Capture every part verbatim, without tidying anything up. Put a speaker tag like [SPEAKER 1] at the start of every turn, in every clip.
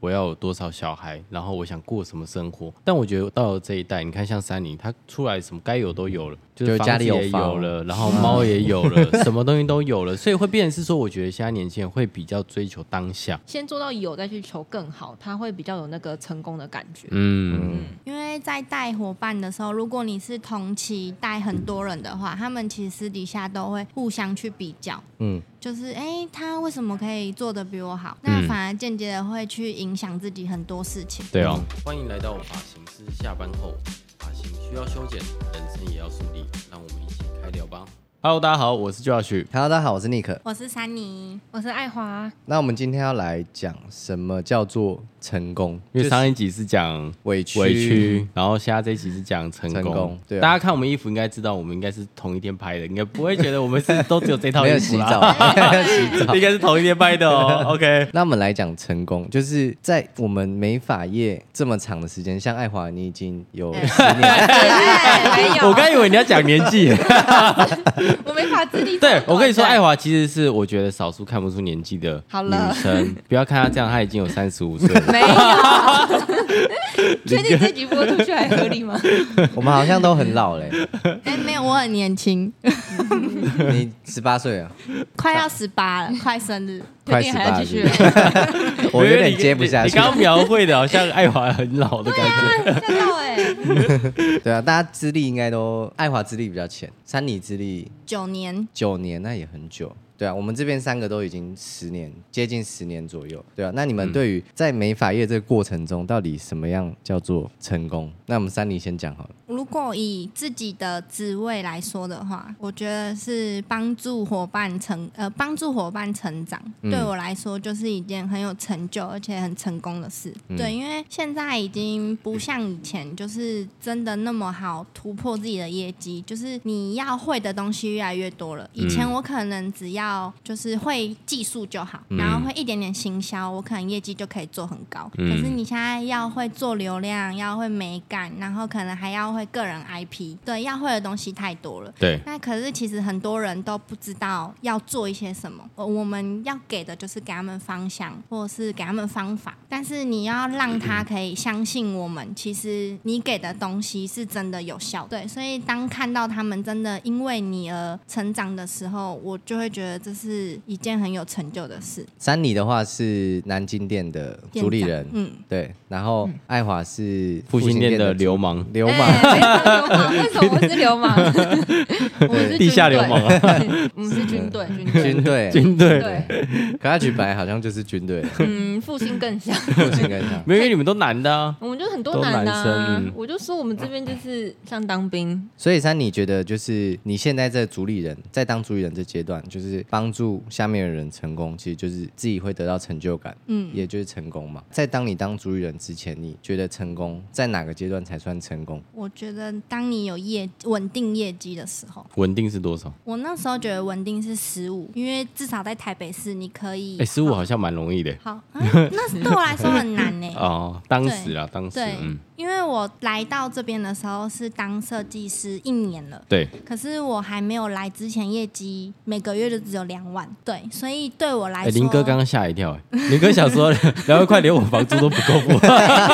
[SPEAKER 1] 我要有多少小孩，然后我想过什么生活。但我觉得到了这一代，你看像珊妮，她出来什么该有都有了，就是房子也有了，然后猫也有了，什么东西都有了，所以会变成是说，我觉得现在年轻人会比较追求当下，
[SPEAKER 2] 先做到有，再去求更好，他会比较有那个成功的感觉。
[SPEAKER 1] 嗯，
[SPEAKER 3] 嗯因为在带伙伴的时候，如果你是同期带很多人的话，他们其实私底下都会互相去比较，嗯，就是哎、欸，他为什么可以做得比我好？那反而间接的会去影响自己很多事情。
[SPEAKER 1] 对哦，欢迎来到发型师下班后，发型需要修剪，人生也要梳理，让我们一起开聊吧。Hello， 大家好，我是 Josh。Hello，
[SPEAKER 4] 大家好，我是 Nick。
[SPEAKER 3] 我是珊妮，
[SPEAKER 2] 我是爱华。
[SPEAKER 4] 那我们今天要来讲什么叫做成功？
[SPEAKER 1] 因为上一集是讲
[SPEAKER 4] 委屈，
[SPEAKER 1] 委屈，然后现在这一集是讲成功。
[SPEAKER 4] 成功对、啊，
[SPEAKER 1] 大家看我们衣服应该知道，我们应该是同一天拍的，应该不会觉得我们是都只有这套衣服啦。
[SPEAKER 4] 没有洗澡，洗澡
[SPEAKER 1] 应该是同一天拍的哦。OK，
[SPEAKER 4] 那我们来讲成功，就是在我们美发业这么长的时间，像爱华，你已经有十年。
[SPEAKER 1] 我刚以为你要讲年纪。
[SPEAKER 2] 我没法自立。
[SPEAKER 1] 对，我跟你说，爱华其实是我觉得少数看不出年纪的女生。不要看她这样，她已经有三十五岁了。
[SPEAKER 2] 没有，确定这集播出去还合理吗？
[SPEAKER 4] 我们好像都很老嘞。
[SPEAKER 3] 哎、欸，没有，我很年轻。
[SPEAKER 4] 你十八岁啊？
[SPEAKER 3] 快要十八了，快生日，
[SPEAKER 4] 快十八了。我有点接不下去。
[SPEAKER 1] 你刚刚描绘的好像爱华很老的感觉。
[SPEAKER 2] 吓到哎。
[SPEAKER 4] 对啊，大家资历应该都，爱华资历比较浅，珊妮资历
[SPEAKER 3] 九年，
[SPEAKER 4] 九年那也很久。对啊，我们这边三个都已经十年，接近十年左右。对啊，那你们对于在美发业这个过程中，到底什么样叫做成功？那我们珊妮先讲好了。
[SPEAKER 3] 如果以自己的职位来说的话，我觉得是帮助伙伴成呃帮助伙伴成长，嗯、对我来说就是一件很有成就而且很成功的事。嗯、对，因为现在已经不像以前，就是真的那么好突破自己的业绩，就是你要会的东西越来越多了。以前我可能只要就是会技术就好，嗯、然后会一点点行销，我可能业绩就可以做很高。嗯、可是你现在要会做流量，要会美感，然后可能还要会个人 I P， 对，要会的东西太多了。
[SPEAKER 1] 对，
[SPEAKER 3] 那可是其实很多人都不知道要做一些什么，我们要给的就是给他们方向，或者是给他们方法，但是你要让他可以相信我们，其实你给的东西是真的有效。对，所以当看到他们真的因为你而成长的时候，我就会觉得这是一件很有成就的事。
[SPEAKER 4] 珊妮的话是南京店的主理人，嗯，对，然后爱华是
[SPEAKER 1] 复兴店的流氓，
[SPEAKER 4] 流氓。
[SPEAKER 2] 欸流氓？为什么我是流氓？我们是
[SPEAKER 1] 地下流氓啊！
[SPEAKER 2] 我们是军队，
[SPEAKER 4] 军队，
[SPEAKER 1] 军队。
[SPEAKER 2] 对，
[SPEAKER 4] 可他举白好像就是军队。
[SPEAKER 2] 嗯，复兴更像，
[SPEAKER 4] 复兴更像。
[SPEAKER 1] 没有，因为你们都男的啊。
[SPEAKER 2] 我们就很多男的啊。
[SPEAKER 1] 嗯、
[SPEAKER 2] 我就说我们这边就是像当兵。
[SPEAKER 4] 所以珊妮觉得，就是你现在这主理人，在当主理人这阶段，就是帮助下面的人成功，其实就是自己会得到成就感，嗯，也就是成功嘛。在当你当主理人之前，你觉得成功在哪个阶段才算成功？
[SPEAKER 3] 我觉得当你有业稳定业绩的时候，
[SPEAKER 1] 稳定是多少？
[SPEAKER 3] 我那时候觉得稳定是十五，因为至少在台北市你可以。
[SPEAKER 1] 哎、欸，十五好像蛮容易的。
[SPEAKER 3] 好，啊、那对我来说很难呢。
[SPEAKER 1] 哦，当时啊，当时，
[SPEAKER 3] 对，
[SPEAKER 1] 嗯，
[SPEAKER 3] 因为我来到这边的时候是当设计师一年了，
[SPEAKER 1] 对。
[SPEAKER 3] 可是我还没有来之前，业绩每个月就只有两万，对，所以对我来说，
[SPEAKER 1] 林、欸、哥刚刚吓一跳，林哥想说两万块连我房租都不够付。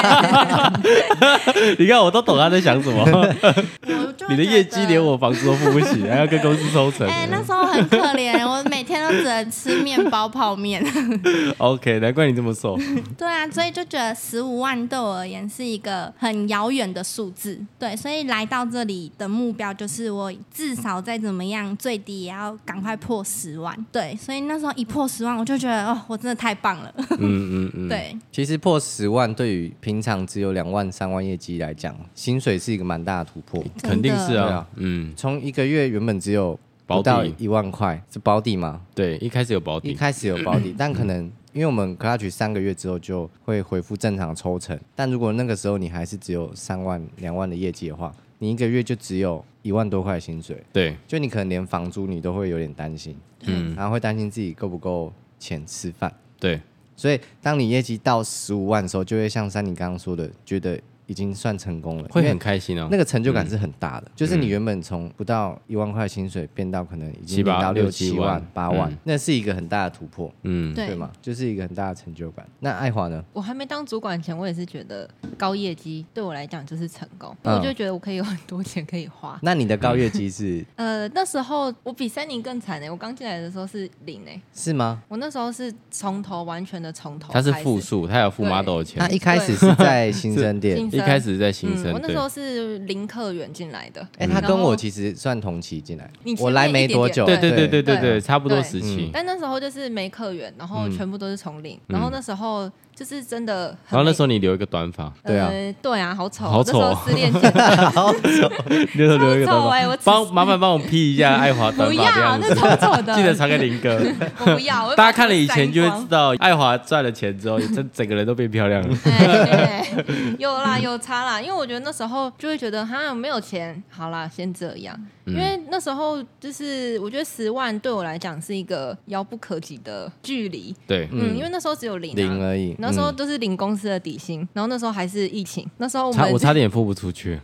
[SPEAKER 1] 你看，我都懂他在想什么。你的业绩连我房租都付不起，还要跟公司抽成。
[SPEAKER 3] 哎、欸，那时候很可怜，我每天都只能吃面包泡面。
[SPEAKER 1] OK， 难怪你这么瘦。
[SPEAKER 3] 对啊，所以就觉得十五万对我而言是一个很遥远的数字。对，所以来到这里的目标就是我至少再怎么样，最低也要赶快破十万。对，所以那时候一破十万，我就觉得哦，我真的太棒了。嗯
[SPEAKER 4] 嗯嗯。对，其实破十万对于平常只有两万、三万业绩来讲，薪水是一个蛮大的突破。
[SPEAKER 1] 肯定是啊。
[SPEAKER 4] 啊嗯，从一个月原本只有不到一万块，是保底吗？
[SPEAKER 1] 对，一开始有保底，
[SPEAKER 4] 一开始有保底，但可能因为我们 Clutch 三个月之后就会恢复正常抽成，但如果那个时候你还是只有三万、两万的业绩的话，你一个月就只有一万多块薪水，
[SPEAKER 1] 对，
[SPEAKER 4] 就你可能连房租你都会有点担心，嗯，然后会担心自己够不够钱吃饭，
[SPEAKER 1] 对，
[SPEAKER 4] 所以当你业绩到十五万的时候，就会像珊妮刚刚说的，觉得已经算成功了，
[SPEAKER 1] 会很开心哦。
[SPEAKER 4] 那个成就感是很大的，嗯、就是你原本从不到一万块薪水变到可能已经领到六七万、八万、嗯，那是一个很大的突破，嗯，对吗？就是一个很大的成就感。那爱华呢？
[SPEAKER 2] 我还没当主管前，我也是觉得高业绩对我来讲就是成功，嗯、我就觉得我可以有很多钱可以花。
[SPEAKER 4] 那你的高业绩是？
[SPEAKER 2] 呃，那时候我比三年更惨哎，我刚进来的时候是零哎，
[SPEAKER 4] 是吗？
[SPEAKER 2] 我那时候是从头完全的从头，
[SPEAKER 1] 他是负数，他有付 model 的钱。
[SPEAKER 4] 他一开始是在新生店，
[SPEAKER 1] 一开始在新生、
[SPEAKER 2] 嗯，我那时候是零客源进来的。
[SPEAKER 4] 哎、欸，他跟我其实算同期进来，我来没多久，
[SPEAKER 1] 对对对对对对，差不多时期、
[SPEAKER 2] 嗯。但那时候就是没客源，然后全部都是从零、嗯，然后那时候就是真的很。
[SPEAKER 1] 然后那时候你留一个短发，
[SPEAKER 4] 对啊，
[SPEAKER 2] 呃、对啊，好丑，
[SPEAKER 1] 好丑、
[SPEAKER 2] 哦，失恋剪的，
[SPEAKER 4] 好丑，
[SPEAKER 1] 留留一个短发，
[SPEAKER 2] 哎、欸，我
[SPEAKER 1] 帮麻烦帮我 P 一下爱华短发，
[SPEAKER 2] 不要，那超丑的，
[SPEAKER 1] 记得传给林哥，
[SPEAKER 2] 我不要，
[SPEAKER 1] 大家看了以前就会知道，爱华赚了钱之后，整整个人都变漂亮了。
[SPEAKER 2] 欸、有啦，有差啦，因为我觉得那时候就会觉得哈没有钱，好啦，先这样。因为那时候就是我觉得十万对我来讲是一个遥不可及的距离，
[SPEAKER 1] 对，
[SPEAKER 2] 嗯，因为那时候只有零、啊、
[SPEAKER 4] 零而已，
[SPEAKER 2] 那时候都是领公司的底薪，然后那时候还是疫情，那时候我们
[SPEAKER 1] 差我差点付不出去，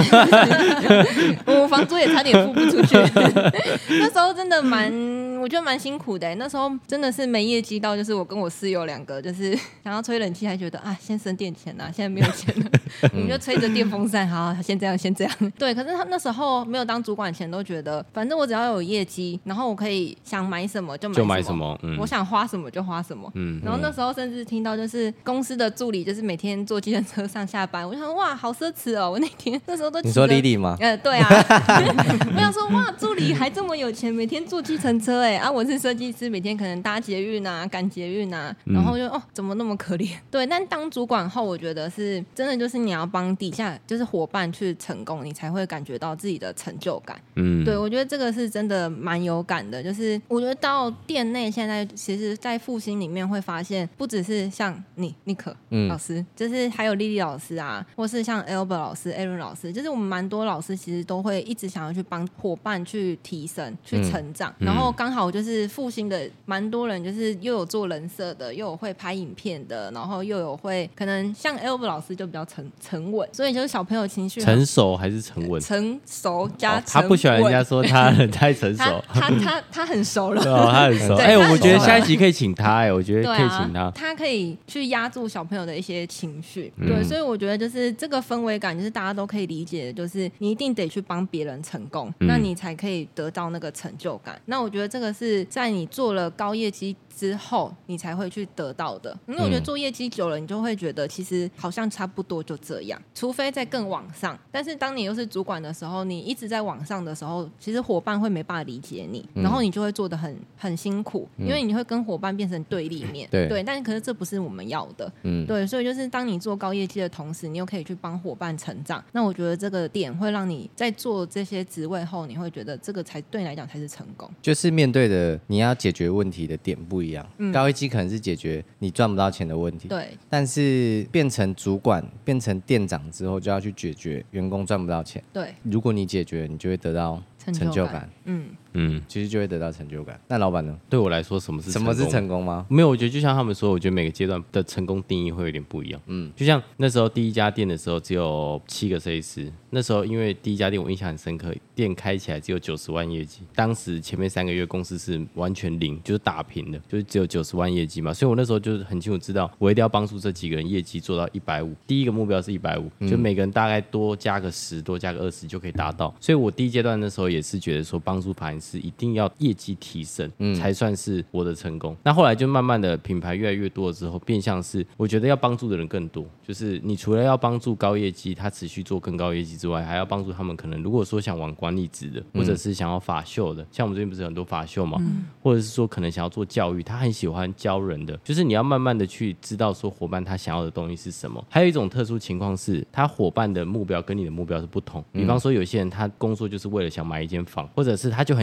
[SPEAKER 2] 我房租也差点付不出去，那时候真的蛮，我觉得蛮辛苦的、欸，那时候真的是没业绩到，就是我跟我室友两个就是想要吹冷气，还觉得啊先省点钱啊，现在没有钱了，我们就吹着电风扇，好，先这样，先这样，对，可是他那时候没有当主管前都觉得，反正我只要有业绩，然后我可以想买什么就买什么，
[SPEAKER 1] 就买什么，嗯、
[SPEAKER 2] 我想花什么就花什么，嗯，然后那时候甚至听到就是公司的助理就是每天坐计程车上下班，我想哇好奢侈哦，我那天那时候都
[SPEAKER 4] 你说 Lily 吗？
[SPEAKER 2] 呃对啊，我想说哇助理还这么有钱，每天坐计程车哎啊我是设计师，每天可能搭捷运啊赶捷运啊，然后就、嗯、哦怎么那么可怜，对，但当主管后我觉得是真的就是你要帮底下就是伙伴去成功，你才会感觉到自己的成就感，嗯，对我觉得这个是真的蛮有感的，就是我觉得到店内现在其实在复兴里面会发现不只是像你尼克老师、嗯、就是还有莉莉老师啊，或是像 Albert 老师 Aaron 老师，就是我们蛮多老师其实都会一直想要去帮伙伴去提升去成长、嗯、然后刚好就是复兴的蛮多人就是又有做人设的，又有会拍影片的，然后又有会可能像 Albert 老师就比较沉沉稳，所以就是小朋友情绪
[SPEAKER 1] 成熟还是沉稳，
[SPEAKER 2] 成熟加沉稳、哦、
[SPEAKER 1] 他不喜欢人家说他很太成熟
[SPEAKER 2] 他 他, 他, 他很熟了
[SPEAKER 1] 哦，他很熟哎、欸，我觉得下一集可以请他哎、欸，我觉得可以请他、啊、
[SPEAKER 2] 他可以去压住小朋友的一些情绪、嗯、对，所以我觉得就是这个氛围感就是大家都可以理解的，就是你一定得去帮别人成功、嗯、那你才可以得到那个成就感，那我觉得这个是在你做了高业绩之后你才会去得到的，因为我觉得做业绩久了你就会觉得其实好像差不多就这样，除非在更往上，但是当你又是主管的时候，你一直在往上的时候，其实伙伴会没办法理解你、嗯、然后你就会做得很很辛苦、嗯、因为你会跟伙伴变成对立面， 对, 对，但是可是这不是我们要的、嗯、对，所以就是当你做高业绩的同时你又可以去帮伙伴成长，那我觉得这个点会让你在做这些职位后你会觉得这个才对你来讲才是成功，
[SPEAKER 4] 就是面对的你要解决问题的点不一样、嗯、高业绩可能是解决你赚不到钱的问题，
[SPEAKER 2] 对，
[SPEAKER 4] 但是变成主管变成店长之后就要去解决员工赚不到钱，
[SPEAKER 2] 对，
[SPEAKER 4] 如果你解决你就会得到成就感, 成就感
[SPEAKER 2] 嗯
[SPEAKER 1] 嗯，
[SPEAKER 4] 其实就会得到成就感。那老板呢？
[SPEAKER 1] 对我来说，什么是成功？
[SPEAKER 4] 什么是成功吗？
[SPEAKER 1] 没有，我觉得就像他们说，我觉得每个阶段的成功定义会有点不一样。嗯，就像那时候第一家店的时候只有七个设计师，那时候因为第一家店我印象很深刻，店开起来只有九十万业绩，当时前面三个月公司是完全零，就是打平的，就是只有九十万业绩嘛，所以我那时候就是很清楚知道，我一定要帮助这几个人业绩做到一百五，第一个目标是一百五，就每个人大概多加个十，多加个二十就可以达到。所以我第一阶段那时候也是觉得说，帮助法兰斯一定要业绩提升，嗯，才算是我的成功。那后来就慢慢的品牌越来越多了之后，变相是我觉得要帮助的人更多，就是你除了要帮助高业绩，他持续做更高业绩之外，还要帮助他们可能如果说想往管理职的，或者是想要法秀的，像我们这边不是有很多法秀嘛，嗯，或者是说可能想要做教育，他很喜欢教人的，就是你要慢慢的去知道说伙伴他想要的东西是什么。还有一种特殊情况是，他伙伴的目标跟你的目标是不同，比方说有些人他工作就是为了想买一间房，或者是他就很想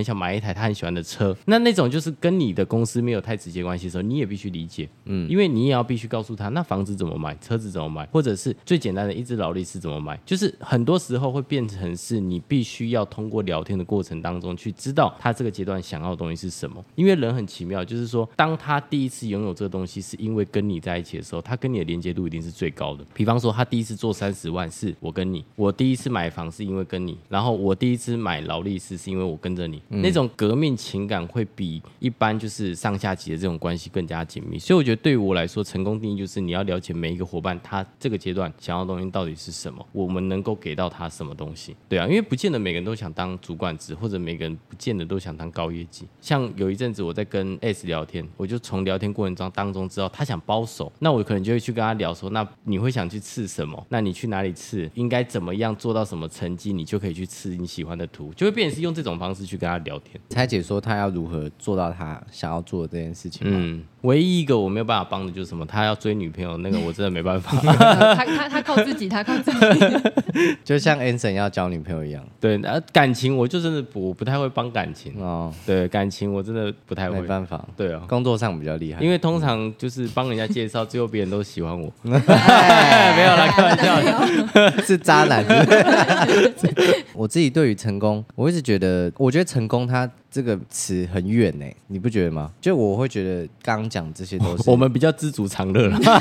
[SPEAKER 1] 想买一台他很喜欢的车，那那种就是跟你的公司没有太直接关系的时候，你也必须理解，嗯，因为你也要必须告诉他，那房子怎么买，车子怎么买，或者是最简单的一支劳力士怎么买，就是很多时候会变成是你必须要通过聊天的过程当中去知道他这个阶段想要的东西是什么。因为人很奇妙，就是说当他第一次拥有这个东西是因为跟你在一起的时候，他跟你的连接度一定是最高的。比方说他第一次做三十万是我跟你，我第一次买房是因为跟你，然后我第一次买劳力士是因为我跟着你、嗯、那种革命情感会比一般就是上下级的这种关系更加紧密。所以我觉得对于我来说，成功定义就是你要了解每一个伙伴他这个阶段想要的东西到底是什么，我们能够给到他什么东西。对啊，因为不见得每个人都想当主管职，或者每个人不见得都想当高业绩。像有一阵子我在跟 S 聊天，我就从聊天过程当中知道他想包手，那我可能就会去跟他聊说，那你会想去刺什么，那你去哪里刺，应该怎么样做到什么成绩，你就可以去刺你喜欢的图，就会变成是用这种方式去跟他聊天。
[SPEAKER 4] 拆解说他要如何做到他想要做的这件事情吗？嗯，
[SPEAKER 1] 唯一一个我没有办法帮的就是什么，他要追女朋友，那个我真的没办法。
[SPEAKER 2] 他他他靠自己，他靠自己，
[SPEAKER 4] 就像 Anson 要交女朋友一样。
[SPEAKER 1] 对，感情我就真的不我不太会帮感情哦。对，感情我真的不太会，
[SPEAKER 4] 没办法。
[SPEAKER 1] 对啊，
[SPEAKER 4] 工作上比较厉害，
[SPEAKER 1] 因为通常就是帮人家介绍，最后别人都喜欢我。没有啦，开玩笑的，
[SPEAKER 4] 是渣男。我自己对于成功，我一直觉得，我觉得成功它这个词很远呢，你不觉得吗？就我会觉得刚刚讲这些都是
[SPEAKER 1] 我们比较知足常乐了，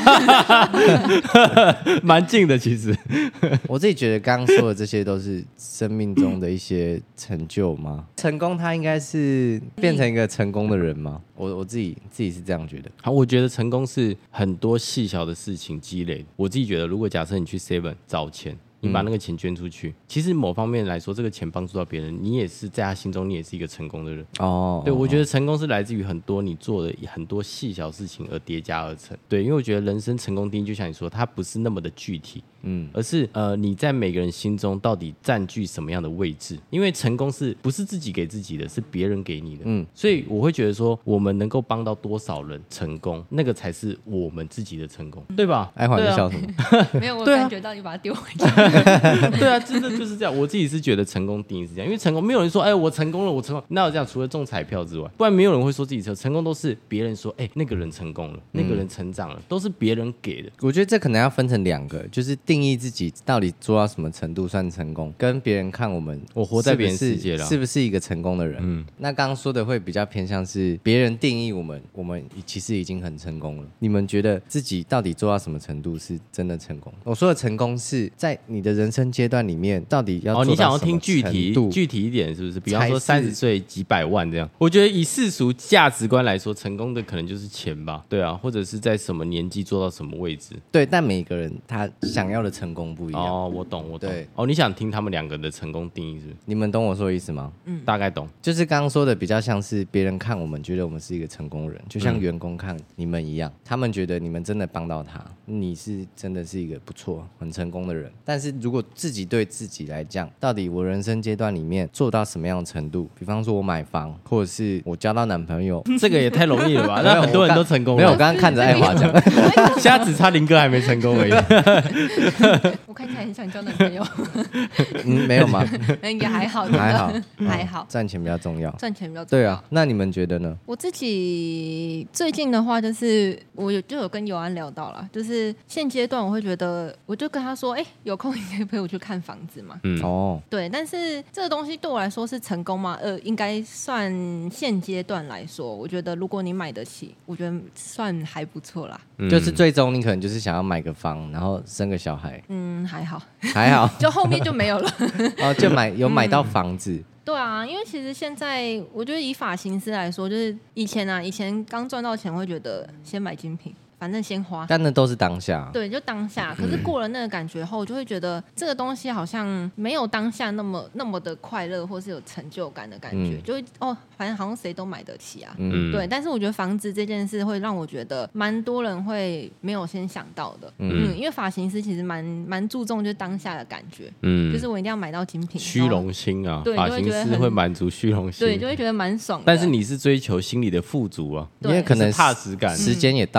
[SPEAKER 1] 蛮近的其实。
[SPEAKER 4] 我自己觉得刚刚说的这些都是生命中的一些成就吗？成功它应该是变成一个成功的人吗？我我自己自己是这样觉得。
[SPEAKER 1] 好，我觉得成功是很多细小的事情积累。我自己觉得，如果假设你去 seven 找钱，你把那个钱捐出去、嗯、其实某方面来说，这个钱帮助到别人，你也是在他心中你也是一个成功的人哦。对，我觉得成功是来自于很多你做的很多细小事情而叠加而成。对，因为我觉得人生成功定义就像你说，它不是那么的具体，嗯，而是呃你在每个人心中到底占据什么样的位置。因为成功是不是自己给自己的，是别人给你的，嗯，所以我会觉得说，我们能够帮到多少人成功，那个才是我们自己的成功，对吧？
[SPEAKER 4] 爱华，你笑什么？
[SPEAKER 2] 没有，我感觉到你把它丢回去。
[SPEAKER 1] 对啊，真的就是这样。我自己是觉得成功定义是这样，因为成功没有人说，哎，我成功了，我成功。那有这样，除了中彩票之外，不然没有人会说自己成功。成功都是别人说，哎，那个人成功了，那个人成长了，嗯、都是别人给的。
[SPEAKER 4] 我觉得这可能要分成两个，就是定义自己到底做到什么程度算成功，跟别人看我们
[SPEAKER 1] 我活在别人世界了，
[SPEAKER 4] 是不是一个成功的人？嗯，那刚刚说的会比较偏向是别人定义我们，我们其实已经很成功了。你们觉得自己到底做到什么程度是真的成功？我说的成功是在你的人生阶段里面，到底要做到什么程度？哦，
[SPEAKER 1] 你想要听具体具体一点，是不是？比方说三十岁几百万这样。我觉得以世俗价值观来说，成功的可能就是钱吧，对啊，或者是在什么年纪做到什么位置。
[SPEAKER 4] 对，但每个人他想要的成功不一样。
[SPEAKER 1] 哦，我懂，我懂。对，哦，你想听他们两个的成功定义是不是？
[SPEAKER 4] 你们懂我说的意思吗？
[SPEAKER 1] 嗯，大概懂。
[SPEAKER 4] 就是刚刚说的比较像是别人看我们，觉得我们是一个成功人，就像员工看你们一样，嗯、他们觉得你们真的帮到他，你是真的是一个不错、很成功的人。但是如果自己对自己来讲，到底我人生阶段里面做到什么样的程度？比方说我买房，或者是我交到男朋友，
[SPEAKER 1] 这个也太容易了吧？那很多人都成功了。
[SPEAKER 4] 没有，我刚刚看着爱华讲，
[SPEAKER 1] 现在只差林哥还没成功而已。
[SPEAKER 2] 我看起来很想交男朋友。
[SPEAKER 4] 嗯，没有吗？
[SPEAKER 2] 也还好，
[SPEAKER 4] 还好，
[SPEAKER 2] 还好。
[SPEAKER 4] 赚钱比较重要，
[SPEAKER 2] 赚钱比较重要。
[SPEAKER 4] 对啊，那你们觉得呢？
[SPEAKER 2] 我自己最近的话，就是我有就有跟尤安聊到了，就是现阶段我会觉得，我就跟他说，哎、欸，有空你可以陪我去看房子嘛。嗯，哦，对，但是这个东西对我来说是成功吗？呃，应该算现阶段来说，我觉得如果你买得起，我觉得算还不错啦。
[SPEAKER 4] 嗯、就是最终你可能就是想要买个房，然后生个小孩。
[SPEAKER 2] 嗯，还好，
[SPEAKER 4] 还好，
[SPEAKER 2] 就后面就没有了。
[SPEAKER 4] 哦，就买有买到房子。嗯，
[SPEAKER 2] 对啊，因为其实现在我觉得以发型师来说，就是以前啊，以前刚赚到钱会觉得先买精品，反正先花，
[SPEAKER 4] 但那都是当下。
[SPEAKER 2] 对，就当下。可是过了那个感觉后，就会觉得这个东西好像没有当下那么那么的快乐，或是有成就感的感觉，嗯、就会哦，反正好像谁都买得起啊。嗯，对。但是我觉得房子这件事会让我觉得蛮多人会没有先想到的。嗯，嗯因为发型师其实蛮蛮注重就是当下的感觉。嗯，就是我一定要买到精品，
[SPEAKER 1] 虚荣心啊。对，发型师会满足虚荣心。
[SPEAKER 2] 对，就会觉得蛮爽的。
[SPEAKER 1] 但是你是追求心理的富足啊，因为
[SPEAKER 4] 可能
[SPEAKER 1] 踏实感，
[SPEAKER 4] 时间也到了。
[SPEAKER 2] 对。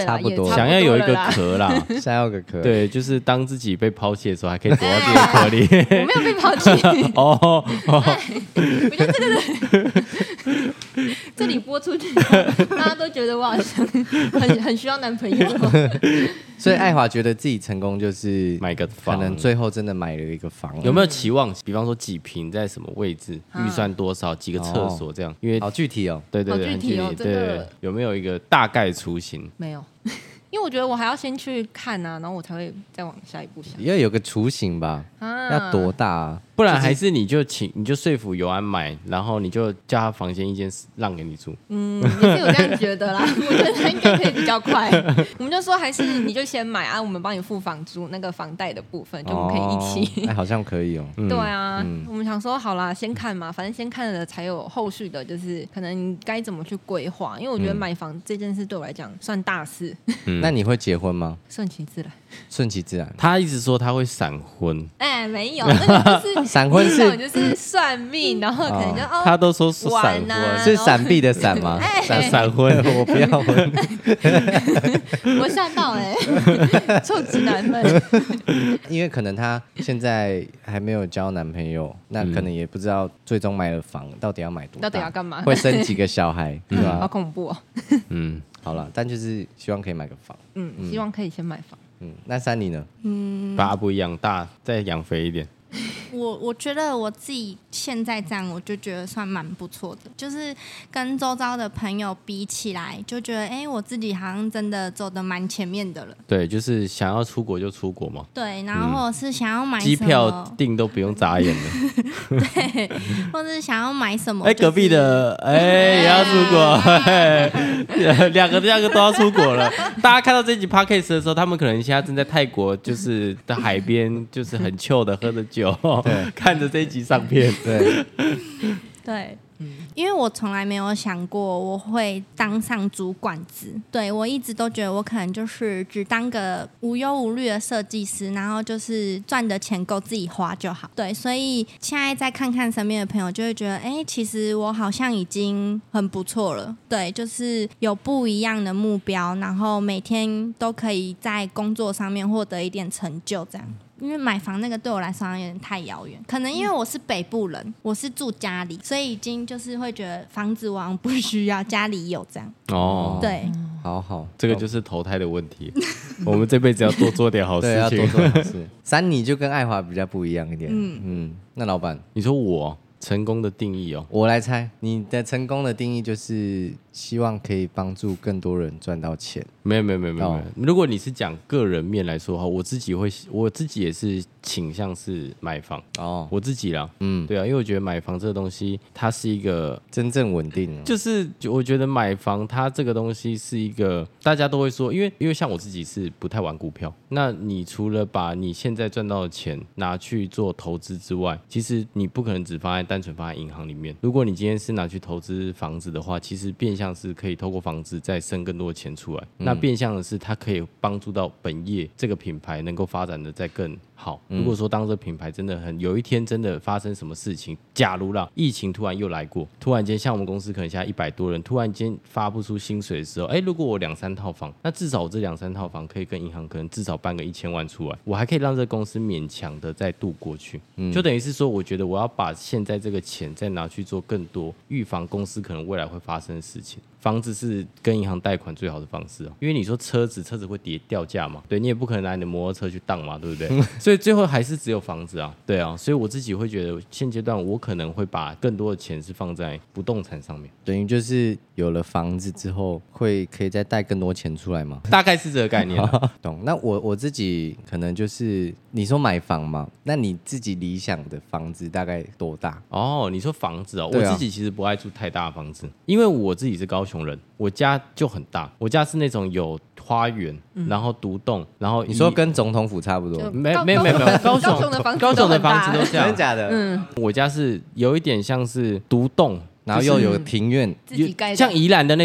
[SPEAKER 4] 差不多，
[SPEAKER 1] 想要有一个壳啦，
[SPEAKER 4] 想要有个壳，
[SPEAKER 1] 对，就是当自己被抛弃的时候，还可以躲到这个壳里。
[SPEAKER 2] 我没有被抛弃
[SPEAKER 1] 哦，哦
[SPEAKER 2] 我觉得这个这里播出去，大家都觉得我好像很很需要男朋友。
[SPEAKER 4] 所以爱华觉得自己成功就是
[SPEAKER 1] 买个房，
[SPEAKER 4] 可能最后真的买了一个房。
[SPEAKER 1] 有没有期望？比方说几坪在什么位置，预算多少，几个厕所这样？因为
[SPEAKER 4] 好具体哦，
[SPEAKER 1] 对对对，
[SPEAKER 2] 好具体哦，
[SPEAKER 1] 很具体，
[SPEAKER 2] 真的
[SPEAKER 1] 对，有没有一个大概雏形？
[SPEAKER 2] 没有。因为我觉得我还要先去看啊，然后我才会再往下一步想。
[SPEAKER 4] 要有个雏形吧，啊、要多大啊？
[SPEAKER 1] 不然还是你就请，你就说服尤安买，然后你就叫他房间一间让给你住。
[SPEAKER 2] 嗯，也是有这样觉得啦。我觉得他应该可以比较快。我们就说还是你就先买啊，我们帮你付房租那个房贷的部分，就我们可以一起。
[SPEAKER 4] 哦、哎，好像可以哦。
[SPEAKER 1] 嗯、
[SPEAKER 2] 对啊、嗯，我们想说好啦，先看嘛，反正先看了才有后续的，就是可能你该怎么去规划。因为我觉得买房这件事对我来讲算大事。
[SPEAKER 4] 嗯、那你会结婚吗？
[SPEAKER 2] 顺其自然。
[SPEAKER 4] 顺其自然。
[SPEAKER 1] 他一直说他会闪婚。
[SPEAKER 2] 哎、欸，没有，那个就是
[SPEAKER 4] 闪婚是
[SPEAKER 2] 就是算命，然后可能就 哦, 哦，
[SPEAKER 1] 他都说是闪婚，
[SPEAKER 2] 啊、
[SPEAKER 4] 是闪避的闪吗？
[SPEAKER 1] 闪闪婚，
[SPEAKER 4] 我不要婚。
[SPEAKER 2] 我吓到哎、欸，臭直男们。
[SPEAKER 4] 因为可能他现在还没有交男朋友，那可能也不知道最终买了房到底要买多大，
[SPEAKER 2] 到底要干嘛，
[SPEAKER 4] 会生几个小孩，对吧？
[SPEAKER 2] 好恐怖哦。
[SPEAKER 1] 嗯，
[SPEAKER 4] 好了，但就是希望可以买个房。
[SPEAKER 2] 嗯，嗯希望可以先买房。
[SPEAKER 4] 嗯，那珊妮呢？
[SPEAKER 3] 嗯，
[SPEAKER 1] 把阿布养大，再养肥一点。
[SPEAKER 3] 我我觉得我自己现在这样，我就觉得算蛮不错的，就是跟周遭的朋友比起来，就觉得哎、欸，我自己好像真的走得蛮前面的了。
[SPEAKER 1] 对，就是想要出国就出国嘛。
[SPEAKER 3] 对，然后或者是想要买
[SPEAKER 1] 机、嗯、票订都不用眨眼的。
[SPEAKER 3] 对，或者是想要买什么、就是，
[SPEAKER 1] 哎、欸，隔壁的哎、欸、也要出国，两个两个都要出国了。大家看到这集 podcast 的时候，他们可能现在正在泰国，就是的海边，就是很 chill 的喝着酒。对，看着这一集上片，
[SPEAKER 4] 对，
[SPEAKER 3] 对，因为我从来没有想过我会当上主管职，对，我一直都觉得我可能就是只当个无忧无虑的设计师，然后就是赚的钱够自己花就好，对，所以现在再看看身边的朋友，就会觉得，哎、欸，其实我好像已经很不错了，对，就是有不一样的目标，然后每天都可以在工作上面获得一点成就，这样。因为买房那个对我来说好像有点太遥远，可能因为我是北部人，我是住家里，所以已经就是会觉得房子我好像不需要，家里有这样。
[SPEAKER 1] 哦，
[SPEAKER 3] 对，
[SPEAKER 4] 好好，
[SPEAKER 1] 这个就是投胎的问题。我们这辈子要多做点好事情，
[SPEAKER 4] 对，要多做好事。珊妮就跟爱华比较不一样一点。嗯嗯，那老板，
[SPEAKER 1] 你说我成功的定义哦，
[SPEAKER 4] 我来猜，你的成功的定义就是希望可以帮助更多人赚到钱。
[SPEAKER 1] 没有没有没有没有、哦，如果你是讲个人面来说的话，我自己会，我自己也是倾向是买房哦，我自己啦，嗯，对啊，因为我觉得买房这个东西，它是一个
[SPEAKER 4] 真正稳定、哦，
[SPEAKER 1] 就是我觉得买房它这个东西是一个大家都会说，因为因为像我自己是不太玩股票，那你除了把你现在赚到的钱拿去做投资之外，其实你不可能只放在单纯放在银行里面。如果你今天是拿去投资房子的话，其实变相是可以透过房子再生更多的钱出来，嗯、那变相的是它可以帮助到本业这个品牌能够发展的再更好。如果说当这个品牌真的很有一天真的发生什么事情，假如啦疫情突然又来过，突然间像我们公司可能现在一百多人，突然间发不出薪水的时候，哎，如果我两三套房，那至少我这两三套房可以跟银行可能至少办个一千万出来，我还可以让这个公司勉强的再度过去、嗯、就等于是说我觉得我要把现在这个钱再拿去做更多预防公司可能未来会发生的事情。房子是跟银行贷款最好的方式、哦、因为你说车子车子会跌掉价嘛，对，你也不可能拿你的摩托车去当嘛，对不对？所以最后还是只有房子啊，对啊，所以我自己会觉得现阶段我可能会把更多的钱是放在不动产上面，
[SPEAKER 4] 等于就是有了房子之后会可以再贷更多钱出来吗？
[SPEAKER 1] 大概是这个概念、啊、
[SPEAKER 4] 懂。那我我自己可能就是你说买房嘛，那你自己理想的房子大概多大？
[SPEAKER 1] 哦，你说房子哦、啊，我自己其实不爱住太大的房子，因为我自己是高雄人，我家就很大，我家是那种有花园、嗯、然后独栋，然后
[SPEAKER 4] 你说跟总统府差不多？
[SPEAKER 1] 没没有没有没有，高雄
[SPEAKER 2] 高雄的房子
[SPEAKER 1] 高雄的房子都这样，
[SPEAKER 4] 真的假的？
[SPEAKER 2] 嗯，
[SPEAKER 1] 我家是有一点像是独栋，
[SPEAKER 4] 然后又有庭院，
[SPEAKER 2] 自己盖的，
[SPEAKER 1] 像宜兰的那种，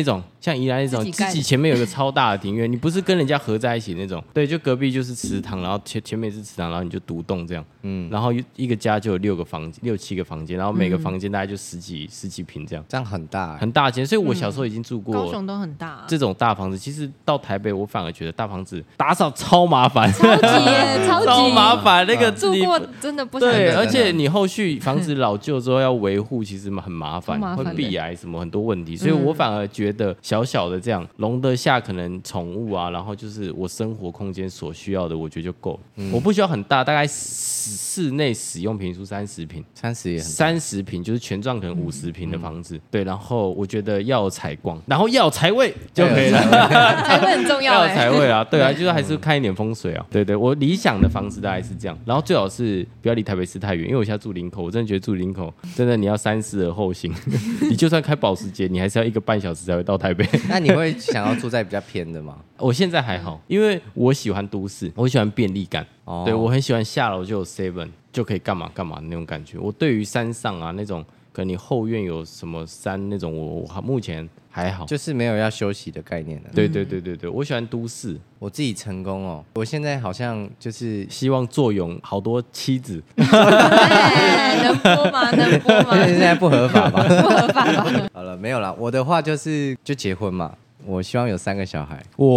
[SPEAKER 1] 像宜兰那种自己前面有个超大的庭院，你不是跟人家合在一起那种，对，就隔壁就是池塘，然后前前面是池塘，然后你就独栋这样，嗯，然后一个家就有六个房间，六七个房间，然后每个房间大概就十几、嗯、十几坪这样，
[SPEAKER 4] 这样很大、欸、
[SPEAKER 1] 很大间，所以我小时候已经住过、嗯、
[SPEAKER 2] 高雄都很大、啊、
[SPEAKER 1] 这种大房子。其实到台北，我反而觉得大房子打扫超麻烦，
[SPEAKER 2] 超级耶，超级
[SPEAKER 1] 超麻烦。那个
[SPEAKER 2] 住过真的不想
[SPEAKER 1] 对，而且你后续房子老旧之后要维护，其实很麻烦，
[SPEAKER 2] 麻烦
[SPEAKER 1] 会壁癌什么很多问题。所以我反而觉得小小的这样容得下可能宠物啊，然后就是我生活空间所需要的，我觉得就够了。嗯、我不需要很大，大概室内使用坪数三十坪，
[SPEAKER 4] 三十也很
[SPEAKER 1] 三十坪，就是全幢可能五十坪的房子。嗯、对，然后我觉得要有采光，然后要有财位就可以了。
[SPEAKER 2] 财位很重要、欸，
[SPEAKER 1] 要有财位啊，对啊，就是还是看一点风水啊。对对，我理想的房子大概是这样，然后最好是不要离台北市太远，因为我现在住林口，我真的觉得住林口真的你要三思而后行。你就算开保时捷，你还是要一个半小时才会到台北。
[SPEAKER 4] 那你会想要住在比较偏的吗？
[SPEAKER 1] 我现在还好，因为我喜欢都市，我喜欢便利感。哦、对，我很喜欢下楼就有 seven 就可以干嘛干嘛的那种感觉。我对于山上啊那种，可能你后院有什么山那种，我我目前还好，
[SPEAKER 4] 就是没有要休息的概念了。
[SPEAKER 1] 对对对对对，我喜欢都市。
[SPEAKER 4] 我自己成功哦，我现在好像就是
[SPEAKER 1] 希望坐拥好多妻子。
[SPEAKER 2] 欸、能播吗？能播吗？
[SPEAKER 4] 现在不合法吧？
[SPEAKER 2] 不合法吧？
[SPEAKER 4] 好了，没有啦。我的话就是就结婚嘛，我希望有三个小孩。
[SPEAKER 1] 哇！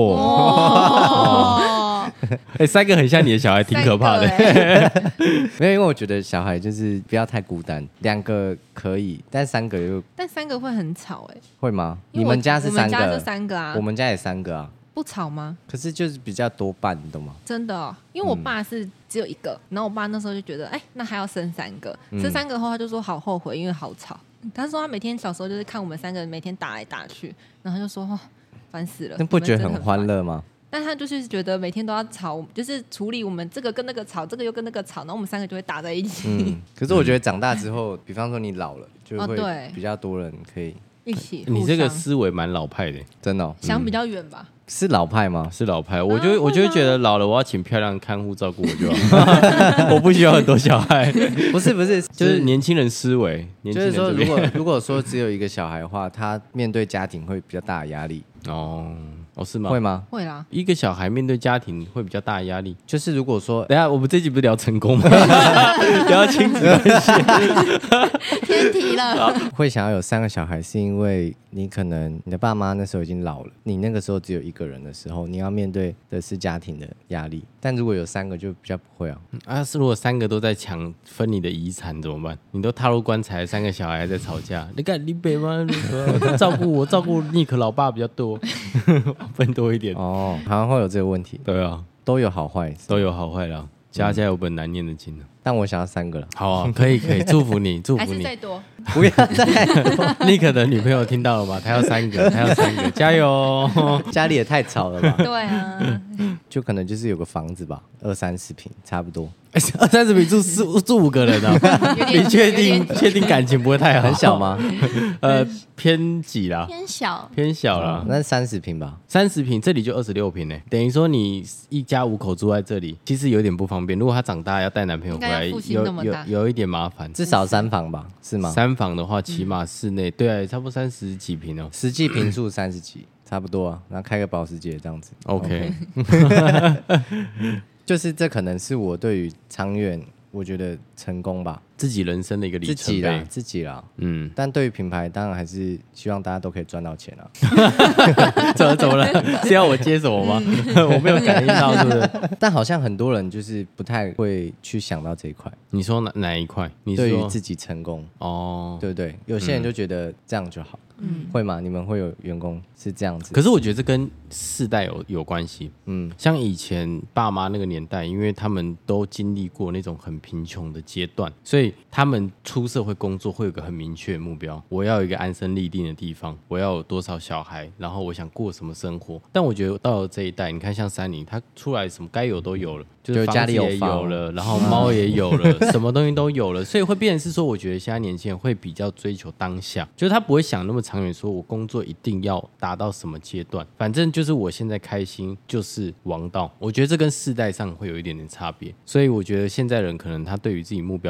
[SPEAKER 1] 哦欸、三个很像你的小孩，挺可怕的。
[SPEAKER 2] 欸、
[SPEAKER 4] 没有，因为我觉得小孩就是不要太孤单，两个可以，但三个又……
[SPEAKER 2] 但三个会很吵哎、欸，
[SPEAKER 4] 会吗？你们家是三个？
[SPEAKER 2] 我们家是三个啊，
[SPEAKER 4] 我们家也三个啊。
[SPEAKER 2] 不吵吗？
[SPEAKER 4] 可是就是比较多伴，你懂吗？
[SPEAKER 2] 真的、哦，因为我爸是只有一个，嗯、然后我爸那时候就觉得，哎、欸，那还要生三个，嗯、生三个后他就说好后悔，因为好吵。他说他每天小时候就是看我们三个人每天打来打去，然后他就说哦，烦死了。
[SPEAKER 4] 那不觉得很欢乐吗？
[SPEAKER 2] 但他就是觉得每天都要吵，就是处理我们这个跟那个吵，这个又跟那个吵，然后我们三个就会打在一起。嗯，
[SPEAKER 4] 可是我觉得长大之后，比方说你老了，就会比较多人可以
[SPEAKER 2] 一起。
[SPEAKER 1] 你这个思维蛮老派的，
[SPEAKER 4] 真的、哦、
[SPEAKER 2] 想比较远吧。
[SPEAKER 4] 是老派吗？
[SPEAKER 1] 是老派，我就、啊、我就会觉得老了，我要请漂亮看护照顾我就好，我不需要很多小孩。
[SPEAKER 4] 不是不是，
[SPEAKER 1] 就是年轻人思维。
[SPEAKER 4] 就是说，如果如果说只有一个小孩的话，他面对家庭会比较大的压力。哦
[SPEAKER 1] 哦，是吗？
[SPEAKER 4] 会吗？
[SPEAKER 2] 会啦。
[SPEAKER 1] 一个小孩面对家庭会比较大的压力。
[SPEAKER 4] 就是如果说，
[SPEAKER 1] 等一下我们这集不是聊成功吗？聊亲子关系，
[SPEAKER 2] 偏题了。
[SPEAKER 4] 会想要有三个小孩，是因为你可能你的爸妈那时候已经老了，你那个时候只有一个人的时候，你要面对的是家庭的压力。但如果有三个，就比较不会啊。
[SPEAKER 1] 啊，是如果三个都在抢分你的遗产怎么办？你都踏入棺材，三个小孩还在吵架，你看你北吗？照顾我，照顾尼克老爸比较多，分多一点。
[SPEAKER 4] 哦，好像会有这个问题。
[SPEAKER 1] 对啊，
[SPEAKER 4] 都有好坏，
[SPEAKER 1] 都有好坏啦。家家有本难念的经啊。
[SPEAKER 4] 但我想要三个了。
[SPEAKER 1] 好啊，可以可以，祝福你，祝福你。
[SPEAKER 2] 还是再多？
[SPEAKER 4] 不要再。
[SPEAKER 1] 尼克的女朋友听到了吗？他要三个，他要三个，加油！
[SPEAKER 4] 家里也太吵了吧？
[SPEAKER 2] 对啊，
[SPEAKER 4] 就可能就是有个房子吧，二三十坪差不多。
[SPEAKER 1] 二三十坪住四住五个人啊？你确定确定感情不会太好？
[SPEAKER 4] 很小吗？
[SPEAKER 1] 呃，偏几啦？
[SPEAKER 3] 偏小，
[SPEAKER 1] 偏小啦。
[SPEAKER 4] 那是三十坪吧？
[SPEAKER 1] 三十坪，这里就二十六坪呢。等于说你一家五口住在这里，其实有点不方便。如果他长大要带男朋友回来，有有有一点麻烦。
[SPEAKER 4] 至少三房吧？是吗？
[SPEAKER 1] 三房的话，起码室内、嗯、对啊，差不多三十几坪哦。
[SPEAKER 4] 实际坪数三十几，差不多啊。然后开个保时捷这样子。
[SPEAKER 1] OK。
[SPEAKER 4] 就是这可能是我对于长远我觉得成功吧，
[SPEAKER 1] 自己人生的一个里程碑，
[SPEAKER 4] 自己啦，自己啦，嗯。但对于品牌，当然还是希望大家都可以赚到钱啊。
[SPEAKER 1] 怎么怎么了？是要我接什么吗？我没有感应到，是不是？
[SPEAKER 4] 但好像很多人就是不太会去想到这一块。
[SPEAKER 1] 你说 哪, 哪一块？你说
[SPEAKER 4] 对于自己成功哦，对不对？有些人就觉得这样就好。嗯，会吗？你们会有员工是这样子？
[SPEAKER 1] 可是我觉得这跟世代有有关系。嗯，像以前爸妈那个年代，因为他们都经历过那种很贫穷的阶段，所以他们出社会工作会有个很明确的目标：我要有一个安身立定的地方，我要有多少小孩，然后我想过什么生活。但我觉得到了这一代，你看像珊妮，她出来什么该有都有了，就是房子也有了，然后猫也有了，什么东西都有了，所以会变成是说，我觉得现在年轻人会比较追求当下，就是他不会想那么长远，说我工作一定要达到什么阶段，反正就是我现在开心就是王道。我觉得这跟世代上会有一点点差别，所以我觉得现在人可能他对于自己目标真的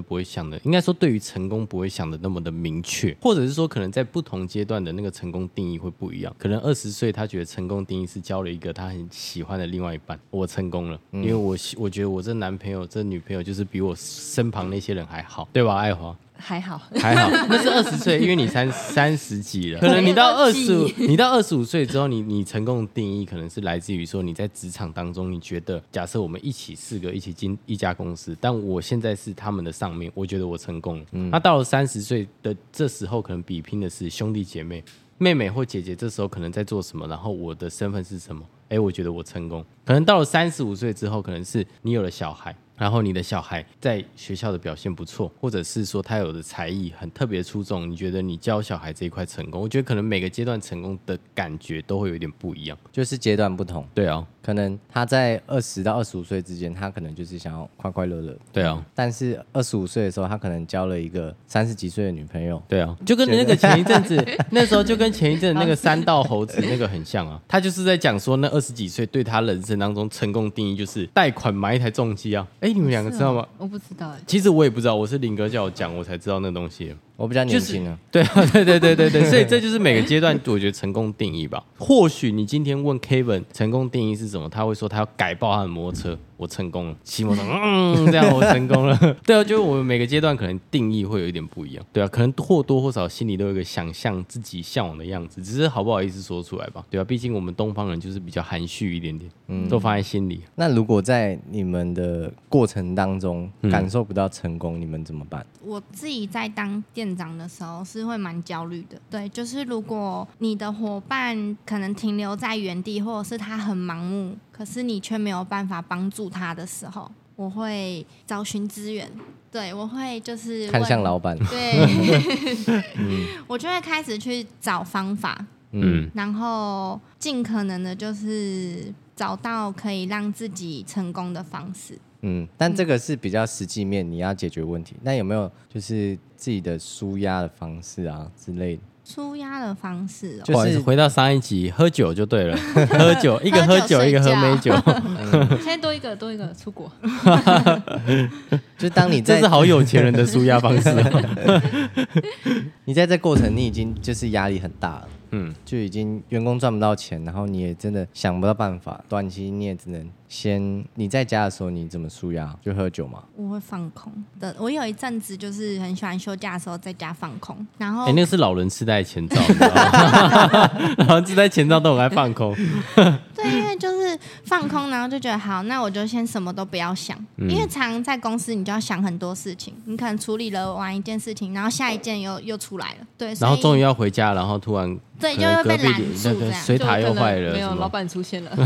[SPEAKER 1] 不会想的，应该说对于成功不会想的那么的明确，或者是说可能在不同阶段的那个成功定义会不一样。可能二十岁他觉得成功定义是交了一个他很喜欢的另外一半，我成功了，嗯、因为我我觉得我这男朋友这女朋友就是比我身旁那些人还好，对吧，爱华？
[SPEAKER 2] 还好，
[SPEAKER 1] 还好，那是二十岁，因为你三三十几了，可能你到二十五，你到二十五岁之后，你你成功的定义可能是来自于说你在职场当中，你觉得假设我们一起四个一起进一家公司，但我现在是他们的上面，我觉得我成功了。嗯、那到了三十岁的这时候，可能比拼的是兄弟姐妹。妹妹或姐姐这时候可能在做什么，然后我的身份是什么？哎，我觉得我成功。可能到了三十五岁之后，可能是你有了小孩，然后你的小孩在学校的表现不错，或者是说他有的才艺很特别出众，你觉得你教小孩这一块成功？我觉得可能每个阶段成功的感觉都会有点不一样，
[SPEAKER 4] 就是阶段不同。
[SPEAKER 1] 对啊，
[SPEAKER 4] 可能他在二十到二十五岁之间，他可能就是想要快快乐乐。
[SPEAKER 1] 对啊，
[SPEAKER 4] 但是二十五岁的时候，他可能交了一个三十几岁的女朋友。
[SPEAKER 1] 对啊，就跟那个前一阵子那时候就跟前一阵那个三道猴子那个很像啊，他就是在讲说那二十几岁对他人生当中成功定义就是贷款买一台重机啊。哎，你们两个知道吗？
[SPEAKER 2] 哦、我不知道哎。
[SPEAKER 1] 其实我也不知道，我是林哥叫我讲，我才知道那东西。
[SPEAKER 4] 我比较年轻啊，
[SPEAKER 1] 就是、对对对对对对，所以这就是每个阶段我觉得成功定义吧。或许你今天问 Kevin 成功定义是什么，他会说他要改爆他的摩托车，我成功了，骑摩托车，嗯，这样我成功了。对啊，就是我们每个阶段可能定义会有一点不一样，对啊，可能或多或少心里都有一个想象自己向往的样子，只是好不好意思说出来吧，对啊，毕竟我们东方人就是比较含蓄一点点，嗯，都放在心里。
[SPEAKER 4] 那如果在你们的过程当中感受不到成功，嗯、你们怎么办？
[SPEAKER 3] 我自己在当店长的时候是会蛮焦虑的，对，就是如果你的伙伴可能停留在原地，或者是他很盲目，可是你却没有办法帮助他的时候，我会找寻资源，对，我会就是
[SPEAKER 4] 看向老板，
[SPEAKER 3] 对，嗯、我就会开始去找方法，嗯，然后尽可能的就是找到可以让自己成功的方式。
[SPEAKER 4] 嗯，但这个是比较实际面，你要解决问题。那有没有就是自己的舒压的方式啊之类的？
[SPEAKER 3] 舒压的方式、哦，
[SPEAKER 1] 就是回到上一集，喝酒就对了，喝酒，一个喝酒，一个喝美酒。
[SPEAKER 2] 嗯、现在多一个，多一个出国。
[SPEAKER 4] 就当你在
[SPEAKER 1] 这是好有钱人的舒压方式、哦。
[SPEAKER 4] 你在这过程，你已经就是压力很大了。嗯，就已经员工赚不到钱，然后你也真的想不到办法，短期你也只能先你在家的时候你怎么舒压？就喝酒嘛。
[SPEAKER 3] 我会放空的，我有一阵子就是很喜欢休假的时候在家放空，然后
[SPEAKER 1] 哎、欸，那个是老人痴呆前兆，你知道吗？老人痴呆前兆都很爱放空。
[SPEAKER 3] 对，因为就是放空，然后就觉得好，那我就先什么都不要想，嗯、因为常常在公司你就要想很多事情，你可能处理了完一件事情，然后下一件又又出来了，对，
[SPEAKER 1] 然后终于要回家，然后突然。
[SPEAKER 3] 对，就会被拦住，这样
[SPEAKER 1] 水塔又坏了，
[SPEAKER 2] 没有老板出现了，回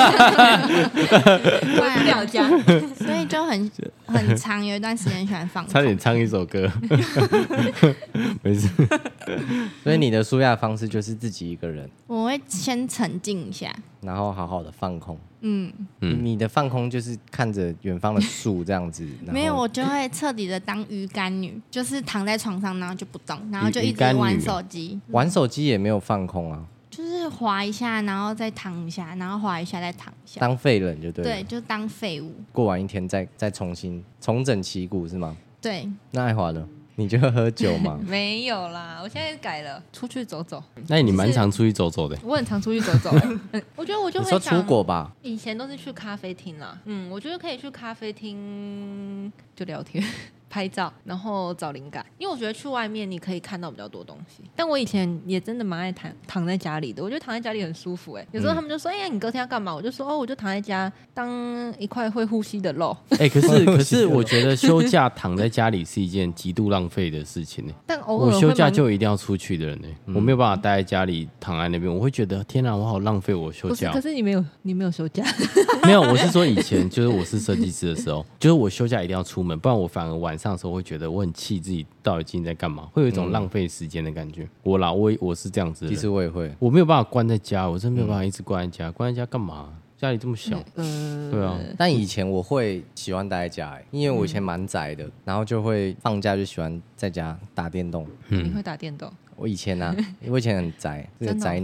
[SPEAKER 3] 不了家，所以就很很长有一段时间喜欢放空，
[SPEAKER 1] 差点唱一首歌，没事。
[SPEAKER 4] 所以你的舒压方式就是自己一个人，
[SPEAKER 3] 我会先沉静一下，
[SPEAKER 4] 然后好好的放空。嗯，你的放空就是看着远方的树这样子，
[SPEAKER 3] 没有，我就会彻底的当鱼竿女，就是躺在床上，然后就不动，然后就一直玩手机，
[SPEAKER 4] 玩手机也没有放空啊，
[SPEAKER 3] 就是滑一下，然后再躺一下，然后滑一下再躺一下，
[SPEAKER 4] 当废人就对了，
[SPEAKER 3] 对，就当废物，
[SPEAKER 4] 过完一天再再重新重整旗鼓是吗？
[SPEAKER 3] 对，
[SPEAKER 4] 那爱华呢？你就喝酒吗？
[SPEAKER 2] 没有啦，我现在改了，出去走走。
[SPEAKER 1] 那你蛮常出去走走的。
[SPEAKER 2] 我很常出去走走、嗯。我觉得我就会
[SPEAKER 4] 想，你说出国吧？
[SPEAKER 2] 以前都是去咖啡厅啦。嗯，我觉得可以去咖啡厅就聊天。拍照，然后找灵感，因为我觉得去外面你可以看到比较多东西。但我以前也真的蛮爱躺躺在家里的，我觉得躺在家里很舒服哎、欸。有时候他们就说：“哎、嗯、呀，你隔天要干嘛？”我就说：“哦，我就躺在家当一块会呼吸的肉。”
[SPEAKER 1] 哎、欸，可是可是我觉得休假躺在家里是一件极度浪费的事情呢、欸。
[SPEAKER 2] 但偶尔
[SPEAKER 1] 我休假就一定要出去的人呢、欸，嗯、我没有办法待在家里躺在那边，我会觉得天哪，我好浪费我休假。
[SPEAKER 2] 可是你没有你没有休假，
[SPEAKER 1] 没有，我是说以前就是我是设计师的时候，就是我休假一定要出门，不然我反而晚上的时候会觉得我。我很气自己到底今天在干嘛，会有一种浪费时间的感觉。嗯、我啦，我我是这样子的人。
[SPEAKER 4] 其实我也会，
[SPEAKER 1] 我没有办法关在家，我真的没有办法一直关在家。嗯、关在家干嘛？家里这么小，
[SPEAKER 2] 嗯，
[SPEAKER 1] 对啊。
[SPEAKER 4] 但以前我会喜欢待在家、欸，因为我以前蛮宅的，然后就会放假就喜欢在家打电动。
[SPEAKER 2] 嗯、你会打电动？
[SPEAKER 4] 我以前啊，我以前很宅，是个宅男，就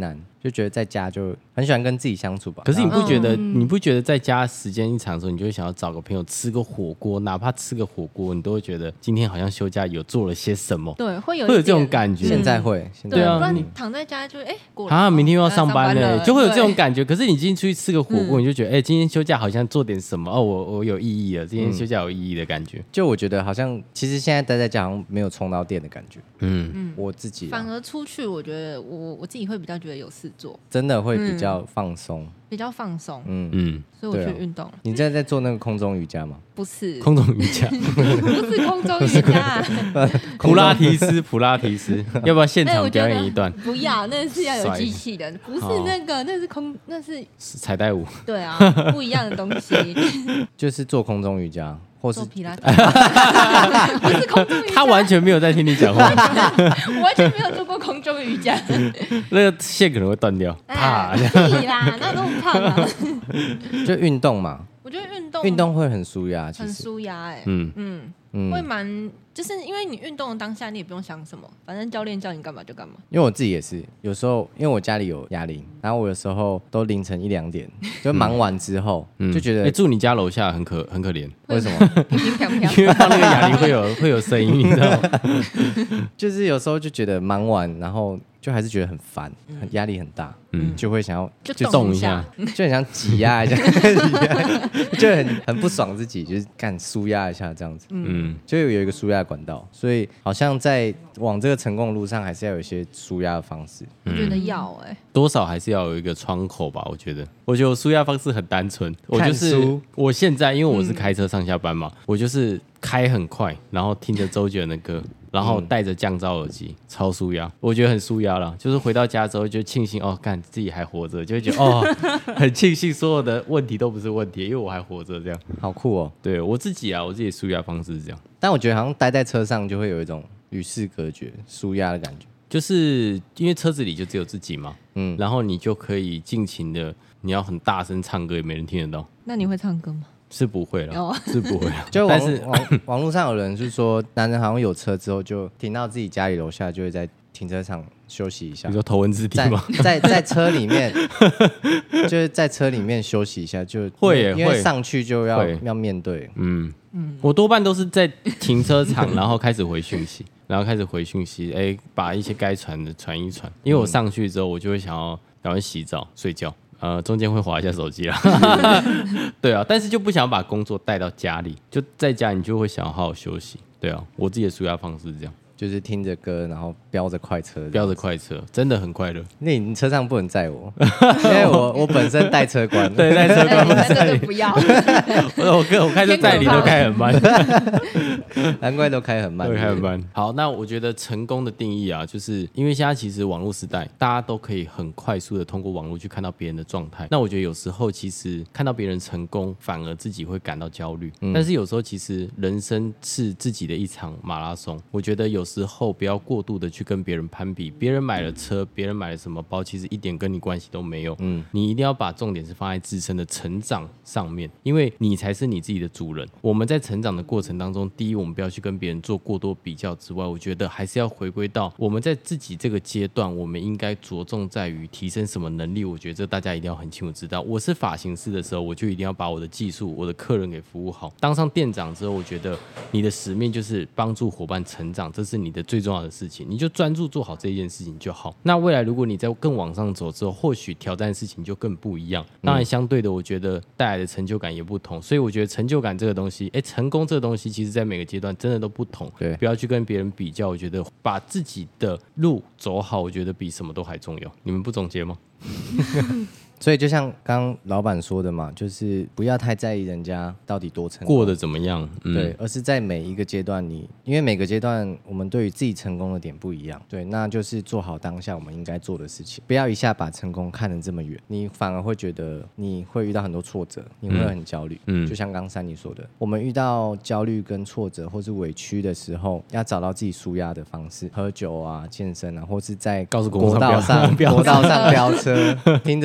[SPEAKER 4] 就觉得在家就很喜欢跟自己相处吧。
[SPEAKER 1] 可是你不觉得、嗯、你不觉得在家时间一长的时候，你就会想要找个朋友吃个火锅，哪怕吃个火锅，你都会觉得今天好像休假有做了些什么。
[SPEAKER 2] 对，会有
[SPEAKER 1] 会有这种感觉。
[SPEAKER 4] 现在会，现在
[SPEAKER 2] 对啊，不然你躺在家就哎，过了
[SPEAKER 1] 啊，明天又要上班了，
[SPEAKER 2] 了
[SPEAKER 1] 就会有这种感觉。可是你今天出去吃个火锅，嗯、你就觉得哎，今天休假好像做点什么哦，我我有意义了，今天休假有意义的感觉。
[SPEAKER 4] 嗯、就我觉得好像其实现在待在家好像没有充到电的感觉。嗯嗯，我自己
[SPEAKER 2] 反而出去，我觉得我我自己会比较觉得有事做，
[SPEAKER 4] 真的会比较放松。嗯
[SPEAKER 2] 比较放松，
[SPEAKER 1] 嗯嗯，
[SPEAKER 2] 所以我去运动、啊。
[SPEAKER 4] 你现在在做那个空中瑜伽吗？
[SPEAKER 2] 不是，
[SPEAKER 1] 空中瑜伽
[SPEAKER 2] 不是空中瑜伽，
[SPEAKER 1] 普拉提斯，普拉提斯，要不要现场表演一段？
[SPEAKER 2] 不要，那是要有机器的，不是那个，那是空，那是
[SPEAKER 1] 彩带舞。
[SPEAKER 2] 对啊，不一样的东西。
[SPEAKER 4] 就是做空中瑜伽，或是
[SPEAKER 2] 做皮拉提，不是空中瑜伽。
[SPEAKER 1] 他完全没有在听你讲话，
[SPEAKER 2] 我完全没有做过空中瑜伽，
[SPEAKER 1] 那个线可能会断掉，啪！
[SPEAKER 2] 屁啦，那都不胖啊。
[SPEAKER 4] 就运动嘛，
[SPEAKER 2] 我觉得运动
[SPEAKER 4] 运动会很舒压，其实
[SPEAKER 2] 很舒压哎，
[SPEAKER 1] 嗯
[SPEAKER 2] 嗯嗯，会蛮就是因为你运动的当下，你也不用想什么，反正教练叫你干嘛就干嘛。
[SPEAKER 4] 因为我自己也是，有时候因为我家里有哑铃，然后我有时候都凌晨一两点，就忙完之后、嗯、就觉得，哎、
[SPEAKER 1] 欸，住你家楼下很可很可怜，
[SPEAKER 4] 为什么？
[SPEAKER 2] 平平飘飘，
[SPEAKER 1] 因为放那个哑铃会有会有声音，你知道吗？
[SPEAKER 4] 就是有时候就觉得忙完，然后就还是觉得很烦，很压力很大，嗯，就会想要
[SPEAKER 2] 就
[SPEAKER 1] 动一下，
[SPEAKER 4] 就很想挤压一下，就很很不爽自己，就是干舒压一下这样子，嗯，就有一个舒压管道，所以好像在往这个成功的路上，还是要有一些舒压的方式。
[SPEAKER 2] 我觉得要哎、欸，
[SPEAKER 1] 多少还是要有一个窗口吧。我觉得，我觉得我舒压方式很单纯，我就是我现在因为我是开车上下班嘛，嗯、我就是开很快，然后听着周杰伦的歌。然后戴着降噪耳机，超舒压，我觉得很舒压了。就是回到家之后就庆幸哦，干自己还活着，就会觉得哦，很庆幸所有的问题都不是问题，因为我还活着，这样
[SPEAKER 4] 好酷哦。
[SPEAKER 1] 对我自己啊，我自己的舒压方式是这样。
[SPEAKER 4] 但我觉得好像待在车上就会有一种与世隔绝、舒压的感觉，
[SPEAKER 1] 就是因为车子里就只有自己嘛，嗯，然后你就可以尽情的，你要很大声唱歌也没人听得到。
[SPEAKER 2] 那你会唱歌吗？
[SPEAKER 1] 是不会了，哦、是不会了。
[SPEAKER 4] 就网但是网网络上有人是说，男人好像有车之后，就停到自己家里楼下，就会在停车场休息一下。
[SPEAKER 1] 你说头文字 D 吗？
[SPEAKER 4] 在在, 在车里面，就是在车里面休息一下，就
[SPEAKER 1] 会耶，
[SPEAKER 4] 因为上去就要要面对。
[SPEAKER 1] 嗯嗯，我多半都是在停车场，然后开始回讯息，然后开始回讯息，哎，把一些该传的传一传。因为我上去之后，我就会想要赶快洗澡、睡觉。呃，中间会滑一下手机啦，对啊，但是就不想把工作带到家里，就在家你就会想要好好休息，对啊，我自己的舒压方式是这样，
[SPEAKER 4] 就是听着歌，然后飙着快车，
[SPEAKER 1] 飙着快车，真的很快乐。
[SPEAKER 4] 那你车上不能载我，因为我我本身带车官，
[SPEAKER 1] 对，带车官不能载你，
[SPEAKER 2] 不要。
[SPEAKER 1] 我我我开车载你都开很慢，
[SPEAKER 4] 难怪都开很慢，
[SPEAKER 1] 都开很慢。好，那我觉得成功的定义啊，就是因为现在其实网络时代，大家都可以很快速的通过网络去看到别人的状态。那我觉得有时候其实看到别人成功，反而自己会感到焦虑。嗯、但是有时候其实人生是自己的一场马拉松，我觉得有时候不要过度的去跟别人攀比，别人买了车，别人买了什么包，其实一点跟你关系都没有。嗯，你一定要把重点是放在自身的成长上面，因为你才是你自己的主人。我们在成长的过程当中，第一，我们不要去跟别人做过多比较之外，我觉得还是要回归到我们在自己这个阶段，我们应该着重在于提升什么能力。我觉得这大家一定要很清楚知道。我是发型师的时候，我就一定要把我的技术、我的客人给服务好。当上店长之后，我觉得你的使命就是帮助伙伴成长，这是你的最重要的事情，你就专注做好这件事情就好。那未来如果你在更往上走之后，或许挑战的事情就更不一样。当然，相对的，我觉得带来的成就感也不同。所以我觉得成就感这个东西，哎，成功这个东西，其实在每个阶段真的都不同。
[SPEAKER 4] 对，
[SPEAKER 1] 不要去跟别人比较。我觉得把自己的路走好，我觉得比什么都还重要。你们不总结吗？
[SPEAKER 4] 所以就像刚刚老板说的嘛，就是不要太在意人家到底多成功
[SPEAKER 1] 过得怎么样、嗯、
[SPEAKER 4] 对，而是在每一个阶段你因为每个阶段我们对于自己成功的点不一样，对，那就是做好当下我们应该做的事情，不要一下把成功看得这么远，你反而会觉得你会遇到很多挫折，你会很焦虑、嗯、就像刚刚珊妮说的，我们遇到焦虑跟挫折或是委屈的时候，要找到自己抒压的方式，喝酒啊、健身啊，或是在
[SPEAKER 1] 告诉
[SPEAKER 4] 国道上国道上飙车听着周杰伦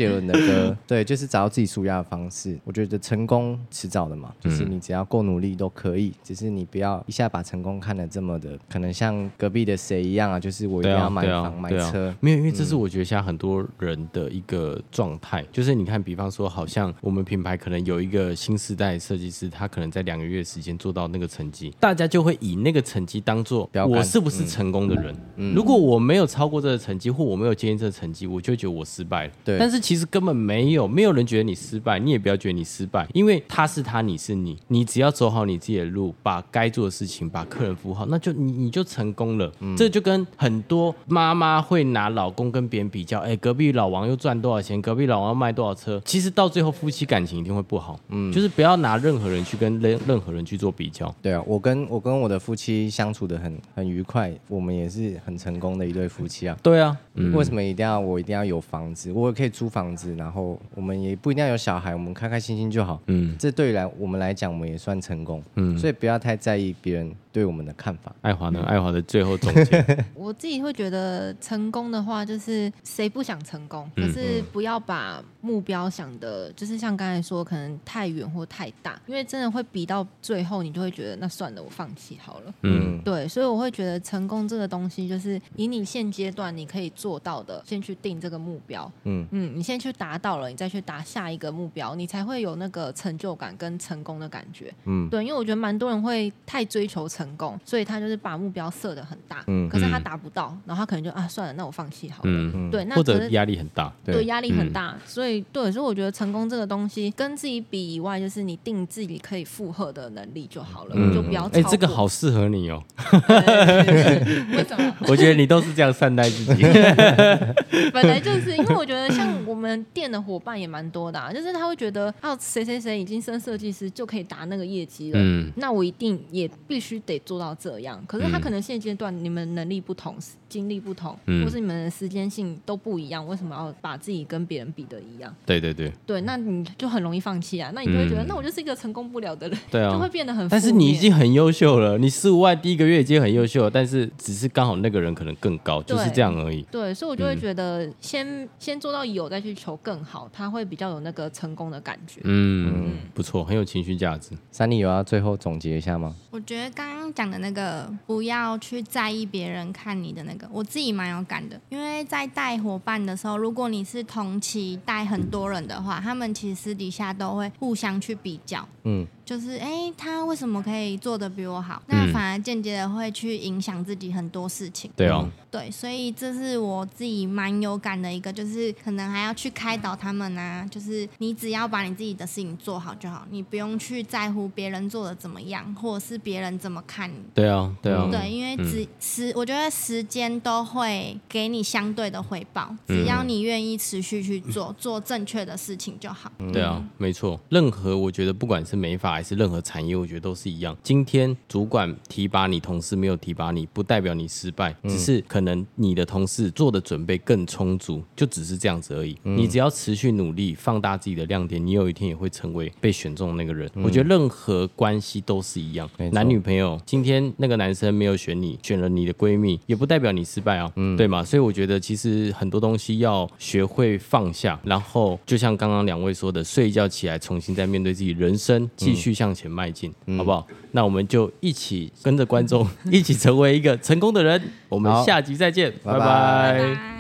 [SPEAKER 4] 伦的歌，对，就是找到自己舒压的方式。我觉得成功迟早的嘛，就是你只要够努力都可以，只是你不要一下把成功看得这么的，可能像隔壁的谁一样啊，就是我一定要买房、啊啊、买车、
[SPEAKER 1] 啊。没有，因为这是我觉得现在很多人的一个状态、嗯，就是你看，比方说，好像我们品牌可能有一个新时代的设计师，他可能在两个月时间做到那个成绩，大家就会以那个成绩当做我是不是成功的人、嗯嗯。如果我没有超过这个成绩，或我没有接近这个成绩，我就觉得我失败了。对，但是其实根本没有，没有人觉得你失败，你也不要觉得你失败，因为他是他，你是你，你只要走好你自己的路，把该做的事情，把客人服务好，那就你你就成功了。嗯、这就跟很多妈妈会拿老公跟别人比较，哎，隔壁老王又赚多少钱，隔壁老王要卖多少车，其实到最后夫妻感情一定会不好。嗯，就是不要拿任何人去跟任任何人去做比较。
[SPEAKER 4] 对啊，我跟我跟我的夫妻相处的很很愉快，我们也是很成功的一对夫妻啊。
[SPEAKER 1] 对啊，
[SPEAKER 4] 嗯、为什么一定要我一定要有房子？我也可以租房子，然后我们也不一定要有小孩，我们开开心心就好。嗯，这对于来我们来讲，我们也算成功。嗯，所以不要太在意别人对我们的看法。
[SPEAKER 1] 爱华呢？爱华的最后总结，
[SPEAKER 2] 我自己会觉得成功的话，就是谁不想成功？可是不要把目标想的，就是像刚才说，可能太远或太大，因为真的会比到最后，你就会觉得那算了，我放弃好了。嗯，对，所以我会觉得成功这个东西，就是以你现阶段你可以做到的，先去定这个目标。嗯嗯，你先去达到了，你再去达下一个目标，你才会有那个成就感跟成功的感觉。嗯，对，因为我觉得蛮多人会太追求成功，所以他就是把目标设得很大，嗯，可是他达不到，然后他可能就啊算了，那我放弃好了。嗯，对，那
[SPEAKER 1] 或者压力很大，
[SPEAKER 2] 对，压力很大，嗯、所以对，所以我觉得成功这个东西跟自己比以外，就是你定自己可以负荷的能力就好了，嗯、就不要超过。哎、
[SPEAKER 1] 欸，这个好适合你哦。
[SPEAKER 2] 为什么？
[SPEAKER 1] 我觉得你都是这样善待自己。
[SPEAKER 2] 本来就是因为我觉得像我们店的伙伴也蛮多的、啊，就是他会觉得啊谁谁谁已经升设计师就可以达那个业绩了，嗯，那我一定也必须得做到这样。可是他可能现阶段你们能力不同，经历不同，嗯、或是你们的时间性都不一样，为什么要把自己跟别人比的一样？
[SPEAKER 1] 对对对，
[SPEAKER 2] 对，那你就很容易放弃啊。那你就会觉得，嗯、那我就是一个成功不了的人，
[SPEAKER 1] 对啊，
[SPEAKER 2] 就会变得很。
[SPEAKER 1] 但是你已经很优秀了，你十五万第一个月已经很优秀了，但是只是刚好那个人可能更高，就是这样而已。
[SPEAKER 2] 对，所以我就会觉得先，先先做到有，再去求更好，他会比较有那个成功的感觉。
[SPEAKER 1] 嗯，嗯不错，很有情绪价值。
[SPEAKER 4] 珊妮有要最后总结一下吗？
[SPEAKER 3] 我觉得刚刚讲的那个不要去在意别人看你的那个，我自己蛮有感的。因为在带伙伴的时候，如果你是同期带很多人的话，他们其实私底下都会互相去比较。嗯。就是哎、欸，他为什么可以做得比我好？那反而间接的会去影响自己很多事情。
[SPEAKER 1] 对哦，
[SPEAKER 3] 对，所以这是我自己蛮有感的一个，就是可能还要去开导他们啊。就是你只要把你自己的事情做好就好，你不用去在乎别人做的怎么样，或者是别人怎么看你。
[SPEAKER 1] 对啊，对啊，
[SPEAKER 3] 对，因为只时、嗯，我觉得时间都会给你相对的回报，只要你愿意持续去做，做正确的事情就好。
[SPEAKER 1] 对啊，没错。任何我觉得不管是美发还是任何产业，我觉得都是一样。今天主管提拔你，同事没有提拔你，不代表你失败，只是可能你的同事做的准备更充足，就只是这样子而已。嗯、你只要持续努力，放大自己的亮点，你有一天也会成为被选中的那个人。嗯、我觉得任何关系都是一样，男女朋友，今天那个男生没有选你，选了你的闺蜜，也不代表你失败啊，嗯、对吗？所以我觉得其实很多东西要学会放下，然后就像刚刚两位说的，睡一觉起来，重新再面对自己人生，继续向前迈进，嗯、好不好？那我们就一起跟着观众一起成为一个成功的人。我们下集再见，拜拜。
[SPEAKER 3] 拜拜。